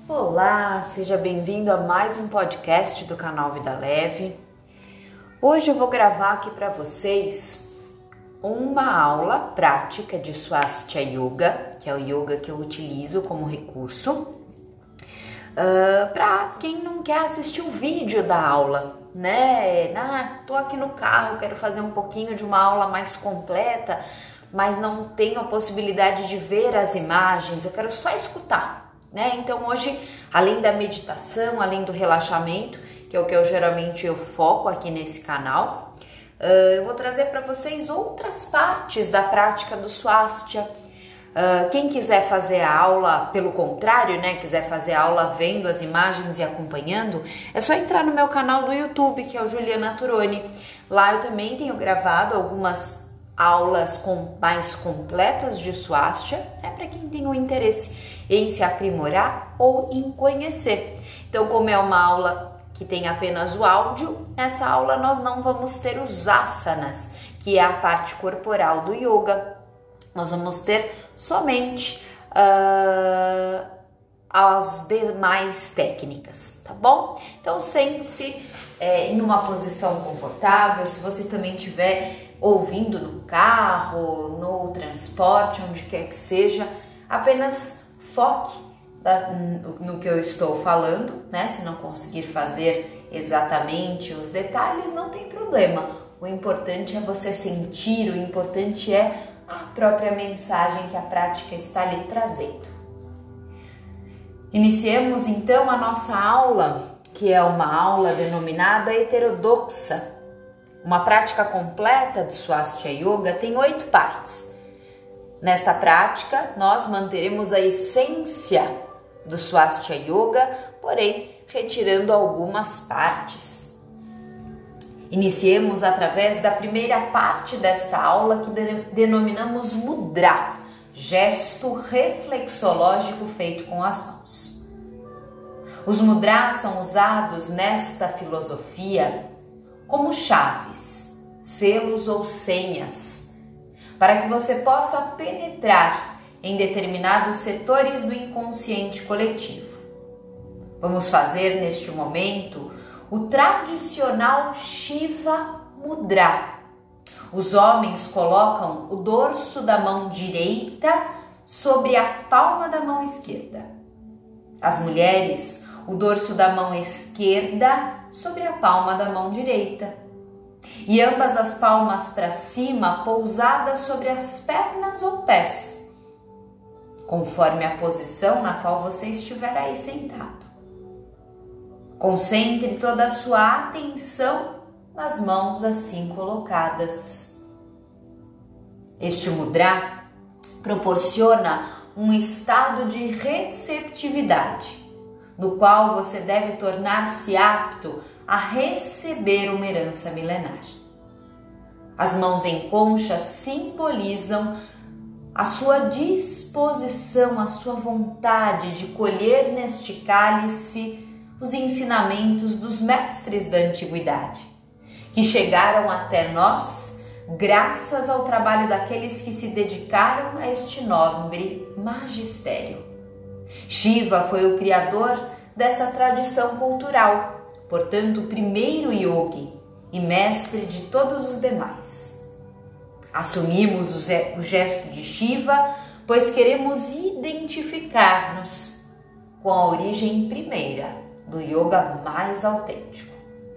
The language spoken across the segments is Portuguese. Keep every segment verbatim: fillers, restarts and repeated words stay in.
Olá, seja bem-vindo a mais um podcast do canal Vida Leve. Hoje eu vou gravar aqui para vocês uma aula prática de Swastika Yoga, que é o yoga que eu utilizo como recurso, uh, para quem não quer assistir o vídeo da aula, né? Ah, tô aqui no carro, quero fazer um pouquinho de uma aula mais completa, mas não tenho a possibilidade de ver as imagens, eu quero só escutar. Né? Então hoje, além da meditação, além do relaxamento, que é o que eu geralmente eu foco aqui nesse canal, uh, eu vou trazer para vocês outras partes da prática do Swastika. Uh, quem quiser fazer a aula, pelo contrário, né, quiser fazer a aula vendo as imagens e acompanhando, é só entrar no meu canal do YouTube, que é o Juliana Turoni. Lá eu também tenho gravado algumas aulas com, mais completas de Swastika, é para quem tem o interesse em se aprimorar ou em conhecer. Então, como é uma aula que tem apenas o áudio, nessa aula nós não vamos ter os asanas, que é a parte corporal do yoga. Nós vamos ter somente uh, as demais técnicas, tá bom? Então, sente-se é, em uma posição confortável. Se você também estiver ouvindo no carro, no transporte, onde quer que seja, apenas foque no que eu estou falando, né? Se não conseguir fazer exatamente os detalhes, não tem problema. O importante é você sentir, o importante é a própria mensagem que a prática está lhe trazendo. Iniciemos então a nossa aula, que é uma aula denominada heterodoxa. Uma prática completa de Swastika Yoga tem oito partes. Nesta prática, nós manteremos a essência do Swastika Yoga, porém retirando algumas partes. Iniciemos através da primeira parte desta aula que denominamos Mudra, gesto reflexológico feito com as mãos. Os mudras são usados nesta filosofia como chaves, selos ou senhas, para que você possa penetrar em determinados setores do inconsciente coletivo. Vamos fazer neste momento o tradicional Shiva Mudra. Os homens colocam o dorso da mão direita sobre a palma da mão esquerda. As mulheres, o dorso da mão esquerda sobre a palma da mão direita. E ambas as palmas para cima pousadas sobre as pernas ou pés, conforme a posição na qual você estiver aí sentado. Concentre toda a sua atenção nas mãos assim colocadas. Este mudra proporciona um estado de receptividade, no qual você deve tornar-se apto a receber uma herança milenar. As mãos em concha simbolizam a sua disposição, a sua vontade de colher neste cálice os ensinamentos dos mestres da antiguidade, que chegaram até nós graças ao trabalho daqueles que se dedicaram a este nobre magistério. Shiva foi o criador dessa tradição cultural, portanto, o primeiro yogi e mestre de todos os demais. Assumimos o gesto de Shiva, pois queremos identificar-nos com a origem primeira do yoga mais autêntico.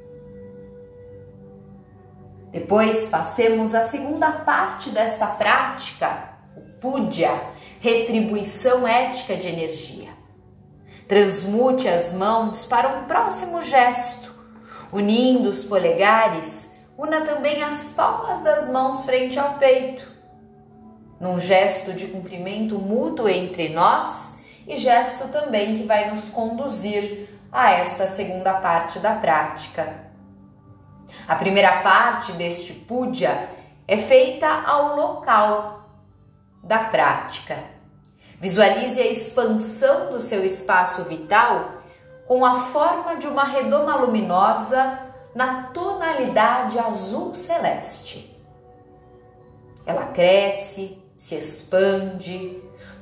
Depois, passemos à segunda parte desta prática, o Puja, retribuição ética de energia. Transmute as mãos para um próximo gesto. Unindo os polegares, una também as palmas das mãos frente ao peito, num gesto de cumprimento mútuo entre nós e gesto também que vai nos conduzir a esta segunda parte da prática. A primeira parte deste Puja é feita ao local da prática. Visualize a expansão do seu espaço vital com a forma de uma redoma luminosa na tonalidade azul celeste. Ela cresce, se expande,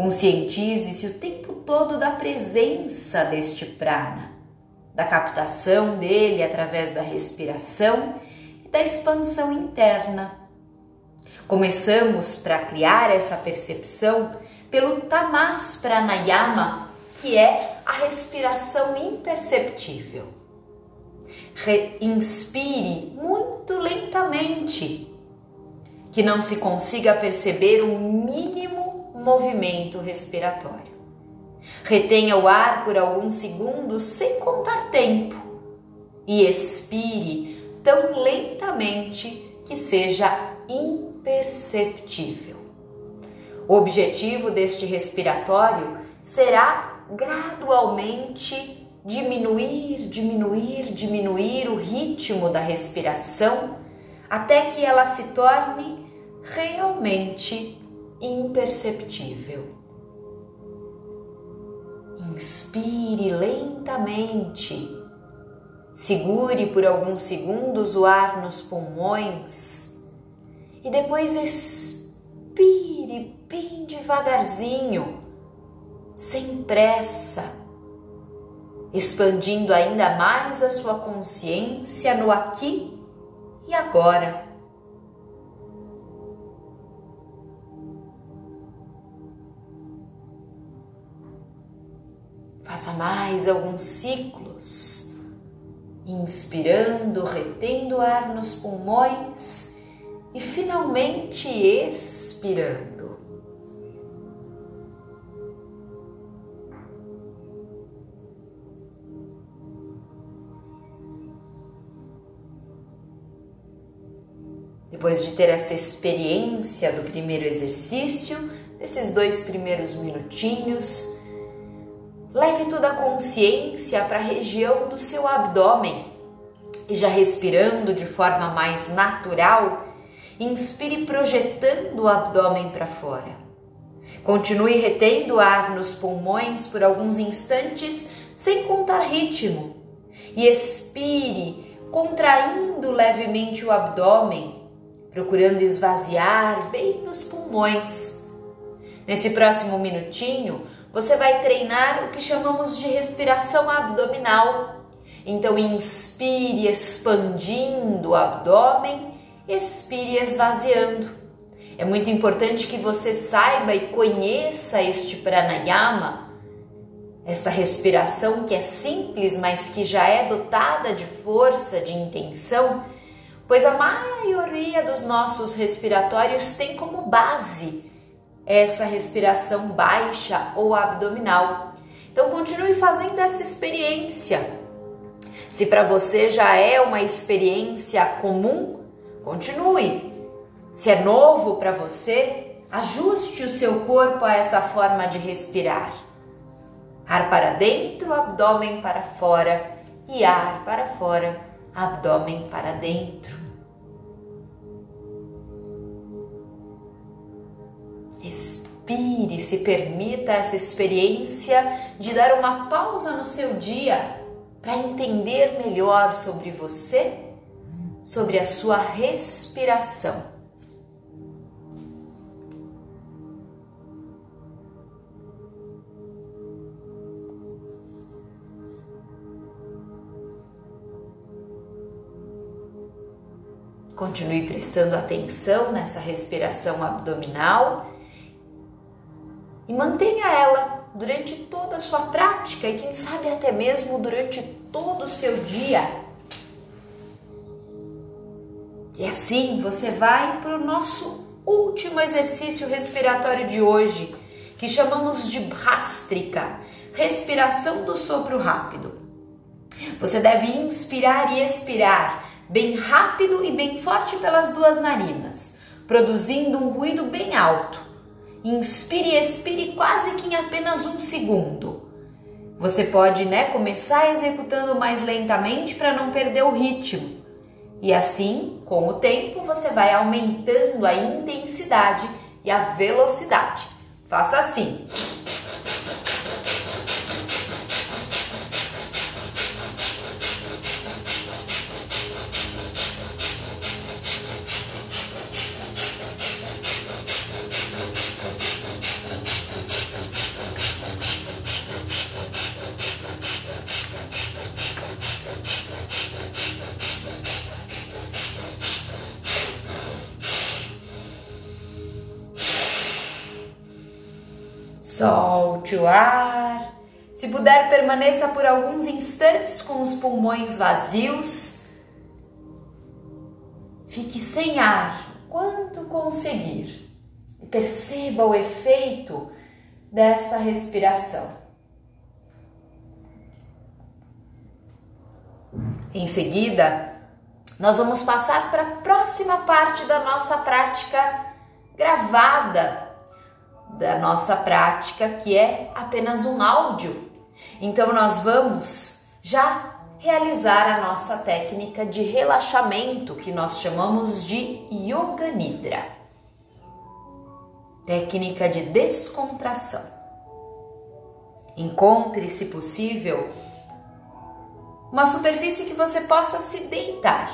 Conscientize-se o tempo todo da presença deste prana, da captação dele através da respiração e da expansão interna. Começamos para criar essa percepção pelo Tamas Pranayama, que é a respiração imperceptível. Re- inspire muito lentamente, que não se consiga perceber um mínimo movimento respiratório. Retenha o ar por alguns segundos sem contar tempo e expire tão lentamente que seja imperceptível. O objetivo deste respiratório será gradualmente diminuir, diminuir, diminuir o ritmo da respiração até que ela se torne realmente imperceptível. Inspire lentamente, segure por alguns segundos o ar nos pulmões e depois expire bem devagarzinho, sem pressa, expandindo ainda mais a sua consciência no aqui e agora. Faça mais alguns ciclos, inspirando, retendo ar nos pulmões e finalmente expirando. Depois de ter essa experiência do primeiro exercício, desses dois primeiros minutinhos, leve toda a consciência para a região do seu abdômen e, já respirando de forma mais natural, inspire projetando o abdômen para fora. Continue retendo ar nos pulmões por alguns instantes sem contar ritmo e expire contraindo levemente o abdômen, procurando esvaziar bem os pulmões. Nesse próximo minutinho, você vai treinar o que chamamos de respiração abdominal. Então, inspire expandindo o abdômen, expire esvaziando. É muito importante que você saiba e conheça este pranayama, esta respiração que é simples, mas que já é dotada de força, de intenção, pois a maioria dos nossos respiratórios tem como base essa respiração baixa ou abdominal. Então continue fazendo essa experiência. Se para você já é uma experiência comum, continue. Se é novo para você, ajuste o seu corpo a essa forma de respirar. Ar para dentro, abdômen para fora, e ar para fora, abdômen para dentro. Respire, se permita essa experiência de dar uma pausa no seu dia para entender melhor sobre você, sobre a sua respiração. Continue prestando atenção nessa respiração abdominal e mantenha ela durante toda a sua prática e quem sabe até mesmo durante todo o seu dia. E assim você vai para o nosso último exercício respiratório de hoje, que chamamos de Bhastrika, respiração do sopro rápido. Você deve inspirar e expirar bem rápido e bem forte pelas duas narinas, produzindo um ruído bem alto. Inspire e expire quase que em apenas um segundo. Você pode, né, começar executando mais lentamente para não perder o ritmo. E assim, com o tempo, você vai aumentando a intensidade e a velocidade. Faça assim. Solte o ar. Se puder, permaneça por alguns instantes com os pulmões vazios. Fique sem ar quanto conseguir e perceba o efeito dessa respiração. Em seguida, nós vamos passar para a próxima parte da nossa prática gravada, da nossa prática que é apenas um áudio. Então nós vamos já realizar a nossa técnica de relaxamento que nós chamamos de Yoga Nidra. Técnica de descontração. Encontre, se possível, uma superfície que você possa se deitar.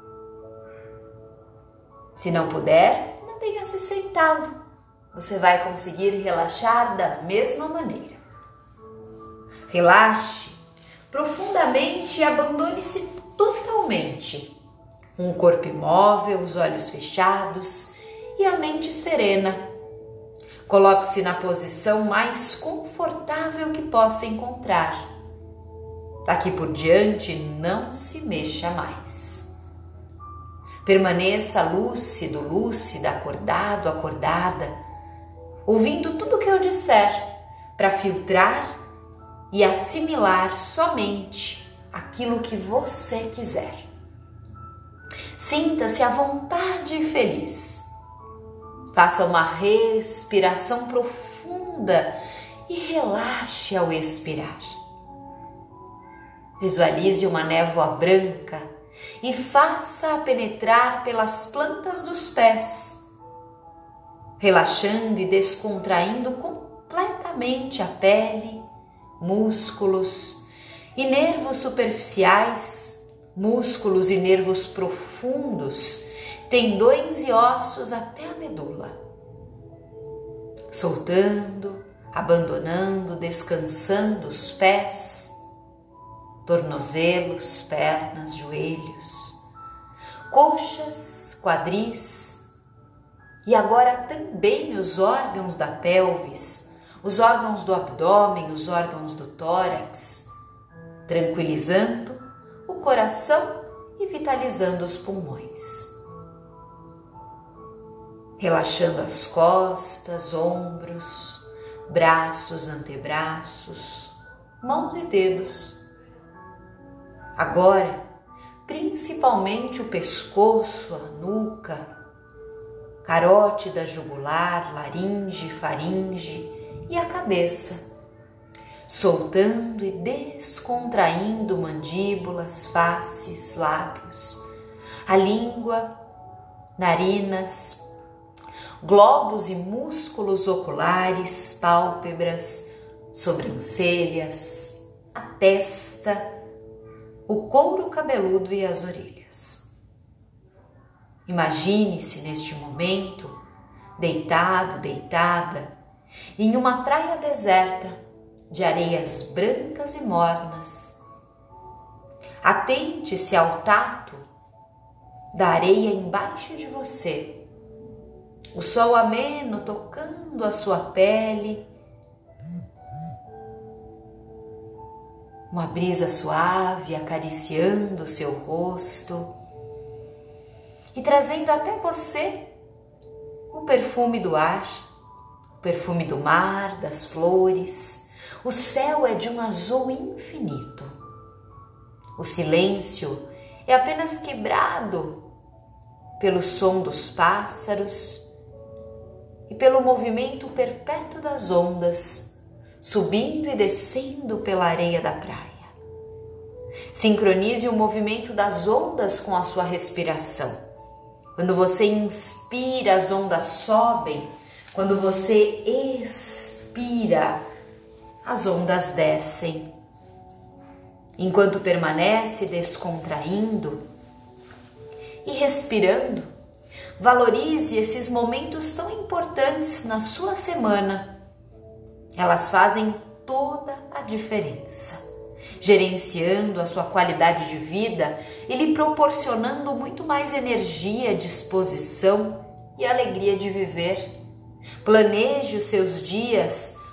Se não puder, mantenha-se sentado. Você vai conseguir relaxar da mesma maneira. Relaxe profundamente e abandone-se totalmente. Um corpo imóvel, os olhos fechados e a mente serena. Coloque-se na posição mais confortável que possa encontrar. Daqui por diante, não se mexa mais. Permaneça lúcido, lúcida, acordado, acordada, ouvindo tudo o que eu disser, para filtrar e assimilar somente aquilo que você quiser. Sinta-se à vontade e feliz. Faça uma respiração profunda e relaxe ao expirar. Visualize uma névoa branca e faça-a penetrar pelas plantas dos pés, relaxando e descontraindo completamente a pele, músculos e nervos superficiais, músculos e nervos profundos, tendões e ossos até a medula. Soltando, abandonando, descansando os pés, tornozelos, pernas, joelhos, coxas, quadris e agora também os órgãos da pelvis, os órgãos do abdômen, os órgãos do tórax, tranquilizando o coração e vitalizando os pulmões. Relaxando as costas, ombros, braços, antebraços, mãos e dedos. Agora, principalmente o pescoço, a nuca, carótida, jugular, laringe, faringe e a cabeça, soltando e descontraindo mandíbulas, faces, lábios, a língua, narinas, globos e músculos oculares, pálpebras, sobrancelhas, a testa, o couro cabeludo e as orelhas. Imagine-se neste momento, deitado, deitada, em uma praia deserta de areias brancas e mornas. Atente-se ao tato da areia embaixo de você, o sol ameno tocando a sua pele, uma brisa suave acariciando o seu rosto e trazendo até você o perfume do ar, o perfume do mar, das flores. O céu é de um azul infinito. O silêncio é apenas quebrado pelo som dos pássaros e pelo movimento perpétuo das ondas, subindo e descendo pela areia da praia. Sincronize o movimento das ondas com a sua respiração. Quando você inspira, as ondas sobem. Quando você expira, as ondas descem. Enquanto permanece descontraindo e respirando, valorize esses momentos tão importantes na sua semana. Elas fazem toda a diferença, gerenciando a sua qualidade de vida e lhe proporcionando muito mais energia, disposição e alegria de viver. Planeje os seus dias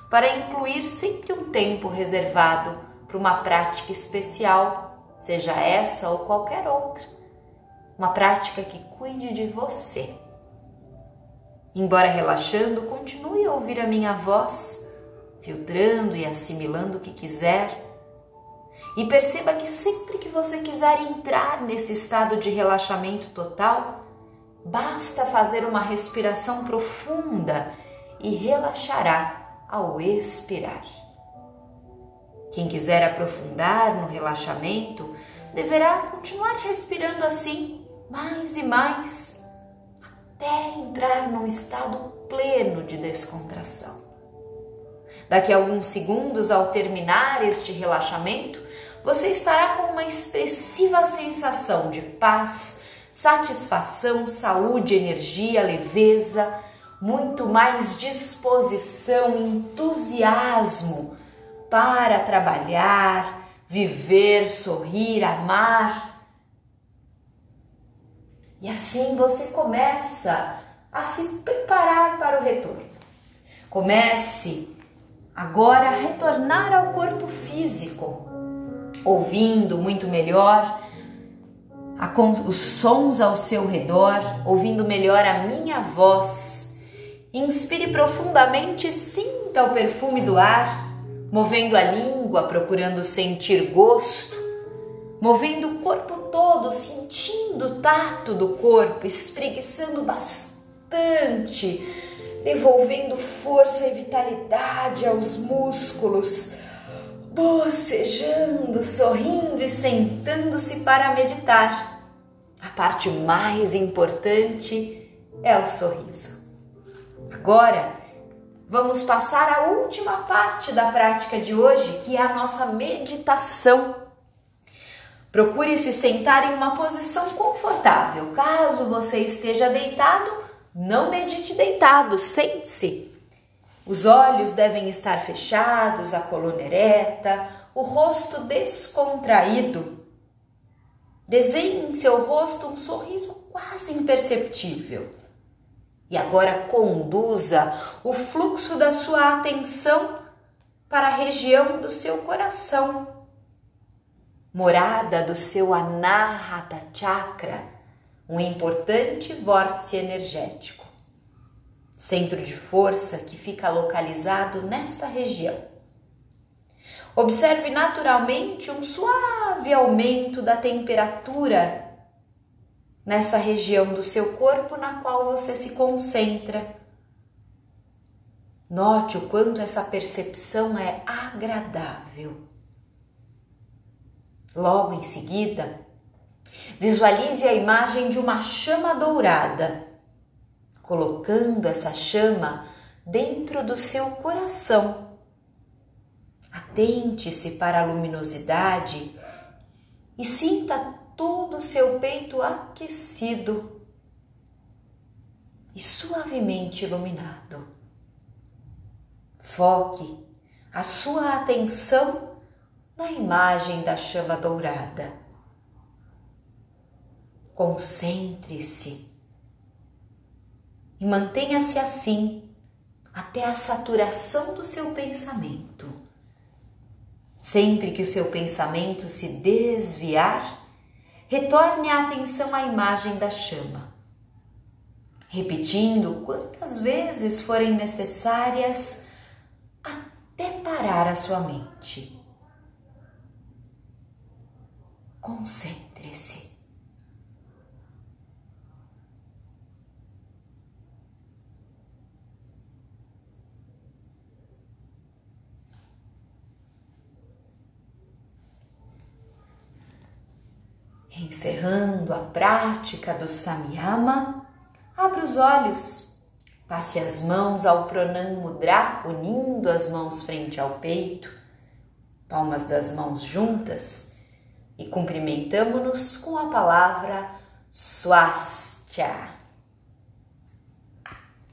para incluir sempre um tempo reservado para uma prática especial, seja essa ou qualquer outra. Uma prática que cuide de você. Embora relaxando, continue a ouvir a minha voz, filtrando e assimilando o que quiser. E perceba que sempre que você quiser entrar nesse estado de relaxamento total, basta fazer uma respiração profunda e relaxará ao expirar. Quem quiser aprofundar no relaxamento, deverá continuar respirando assim, mais e mais, até entrar num estado pleno de descontração. Daqui a alguns segundos, ao terminar este relaxamento, você estará com uma expressiva sensação de paz, satisfação, saúde, energia, leveza, muito mais disposição, entusiasmo para trabalhar, viver, sorrir, amar. E assim você começa a se preparar para o retorno. Comece agora a retornar ao corpo físico, ouvindo muito melhor os sons ao seu redor, ouvindo melhor a minha voz. Inspire profundamente e sinta o perfume do ar, movendo a língua, procurando sentir gosto, movendo o corpo todo, sentindo o tato do corpo, espreguiçando bastante, devolvendo força e vitalidade aos músculos, bocejando, sorrindo e sentando-se para meditar. A parte mais importante é o sorriso. Agora, vamos passar à última parte da prática de hoje, que é a nossa meditação. Procure se sentar em uma posição confortável. Caso você esteja deitado, não medite deitado, sente-se. Os olhos devem estar fechados, a coluna ereta, o rosto descontraído. Desenhe em seu rosto um sorriso quase imperceptível. E agora conduza o fluxo da sua atenção para a região do seu coração, morada do seu Anahata Chakra, um importante vórtice energético. Centro de força que fica localizado nesta região. Observe naturalmente um suave aumento da temperatura nessa região do seu corpo na qual você se concentra. Note o quanto essa percepção é agradável. Logo em seguida, visualize a imagem de uma chama dourada, colocando essa chama dentro do seu coração. Atente-se para a luminosidade e sinta todo o seu peito aquecido e suavemente iluminado. Foque a sua atenção na imagem da chama dourada. Concentre-se e mantenha-se assim até a saturação do seu pensamento. Sempre que o seu pensamento se desviar, retorne a atenção à imagem da chama, repetindo quantas vezes forem necessárias até parar a sua mente. Concentre-se. Encerrando a prática do Samyama, abra os olhos, passe as mãos ao Pranam Mudra, unindo as mãos frente ao peito, palmas das mãos juntas, e cumprimentamo-nos com a palavra Swastika.